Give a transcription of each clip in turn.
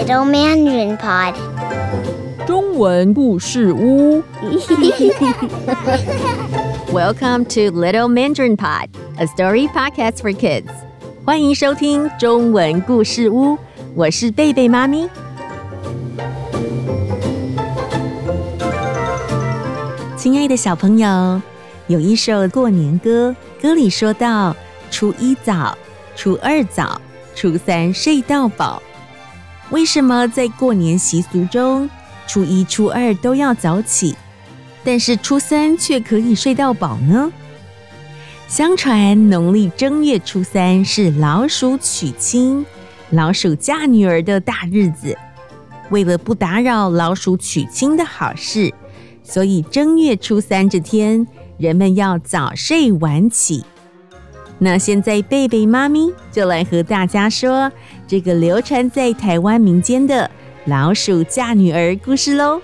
Little Mandarin Pod 中文故事屋。 Welcome to Little Mandarin Pod, a story podcast for kids. 欢迎收听中文故事屋，我是贝贝妈咪。亲爱的小朋友，有一首过年歌，歌里说到：初一早，初二早，初三睡到饱。为什么在过年习俗中，初一、初二都要早起，但是初三却可以睡到饱呢？相传农历正月初三是老鼠娶亲、老鼠嫁女儿的大日子。为了不打扰老鼠娶亲的好事，所以正月初三这天，人们要早睡晚起。那现在贝贝妈咪就来和大家说这个流传在台湾民间的老鼠嫁女儿故事咯。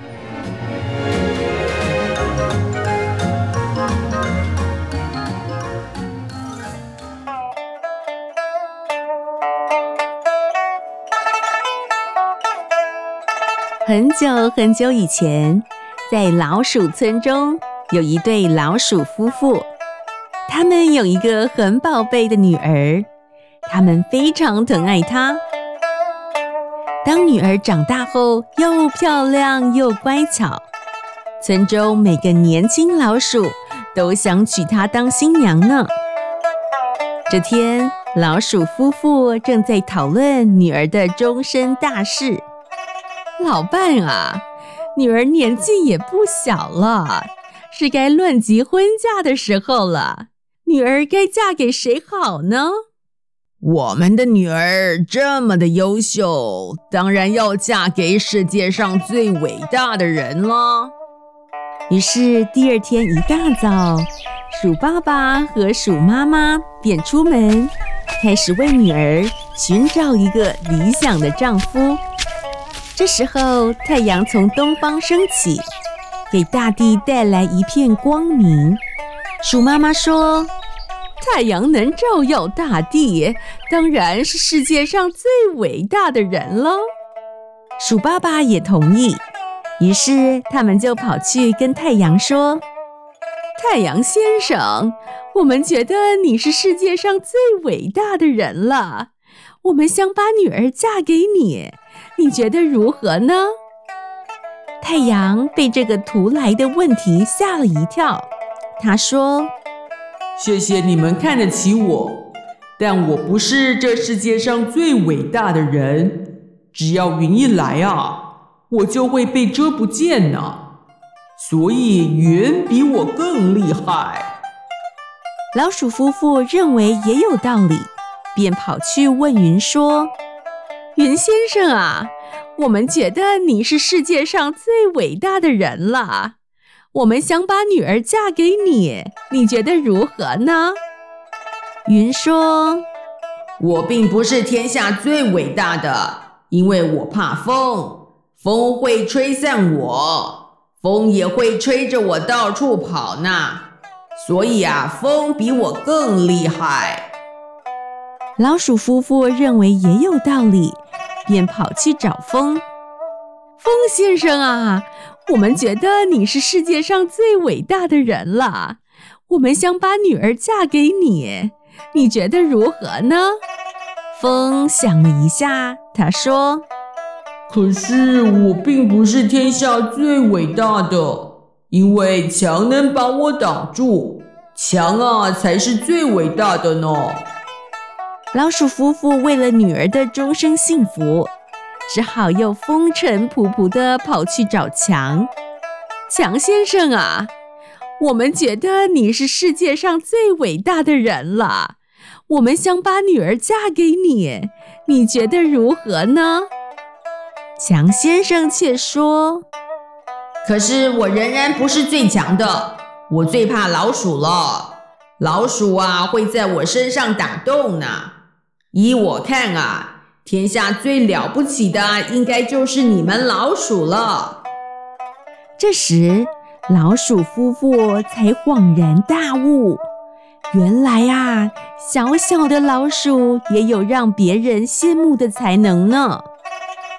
很久很久以前，在老鼠村中有一对老鼠夫妇，他们有一个很宝贝的女儿，他们非常疼爱她。当女儿长大后，又漂亮又乖巧，村中每个年轻老鼠都想娶她当新娘呢。这天，老鼠夫妇正在讨论女儿的终身大事。老伴啊，女儿年纪也不小了，是该论及婚嫁的时候了。女儿该嫁给谁好呢？ 我们的女儿这么的优秀，当然要嫁给世界上最伟大的人了。 于是第二天一大早，鼠爸爸和鼠妈妈便出门，开始为女儿寻找一个理想的丈夫。这时候，太阳从东方升起，给大地带来一片光明。鼠妈妈说：太阳能照耀大地，当然是世界上最伟大的人了。鼠爸爸也同意，于是他们就跑去跟太阳说：太阳先生，我们觉得你是世界上最伟大的人了，我们想把女儿嫁给你，你觉得如何呢？太阳被这个突来的问题吓了一跳，他说： 谢谢你们看得起我，但我不是这世界上最伟大的人。只要云一来啊，我就会被遮不见呢。所以云比我更厉害。 老鼠夫妇认为也有道理，便跑去问云说：云先生啊，我们觉得你是世界上最伟大的人了，我们想把女儿嫁给你，你觉得如何呢？云说： 我并不是天下最伟大的，因为我怕风，风会吹散我，风也会吹着我到处跑呢。所以啊，风比我更厉害。 老鼠夫妇认为也有道理，便跑去找风。风先生啊，我们觉得你是世界上最伟大的人了，我们想把女儿嫁给你，你觉得如何呢？风想了一下，他说： 可是我并不是天下最伟大的，因为墙能把我挡住，墙啊才是最伟大的呢。 老鼠夫妇为了女儿的终生幸福，只好又风尘仆仆地跑去找墙。墙先生啊，我们觉得你是世界上最伟大的人了，我们想把女儿嫁给你，你觉得如何呢？墙先生却说： 可是我仍然不是最强的，我最怕老鼠了。老鼠啊会在我身上打洞呢。依我看啊，天下最了不起的应该就是你们老鼠了。 这时，老鼠夫妇才恍然大悟，原来啊，小小的老鼠也有让别人羡慕的才能呢。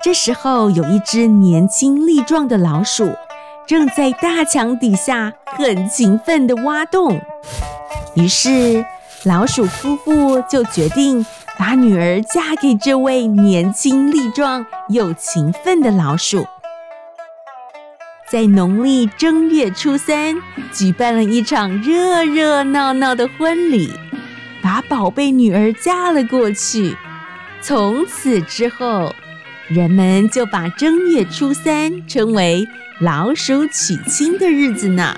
这时候有一只年轻力壮的老鼠，正在大墙底下很勤奋地挖洞。于是老鼠夫妇就决定把女儿嫁给这位年轻力壮又勤奋的老鼠。在农历正月初3，举办了一场热热闹闹的婚礼，把宝贝女儿嫁了过去。从此之后，人们就把正月初3称为老鼠娶亲的日子呢。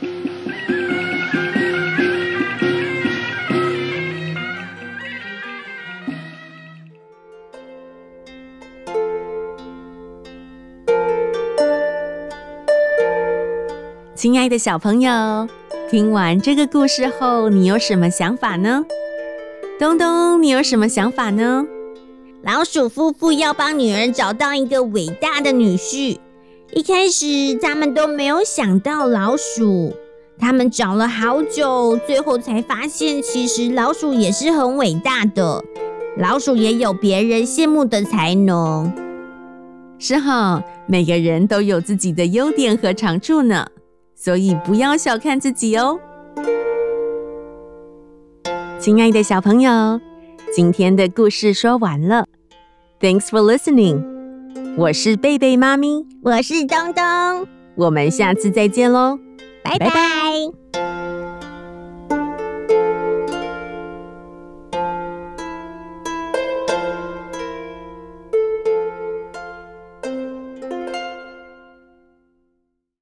亲爱的小朋友，听完这个故事后，你有什么想法呢？东东，你有什么想法呢？ 老鼠夫妇要帮女儿找到一个伟大的女婿，一开始他们都没有想到老鼠，他们找了好久，最后才发现其实老鼠也是很伟大的，老鼠也有别人羡慕的才能。 是哈，每个人都有自己的优点和长处呢，所以不要小看自己哦。亲爱的小朋友，今天的故事说完了。Thanks for listening。我是贝贝妈咪， 我是东东， 我们下次再见喽， 拜拜。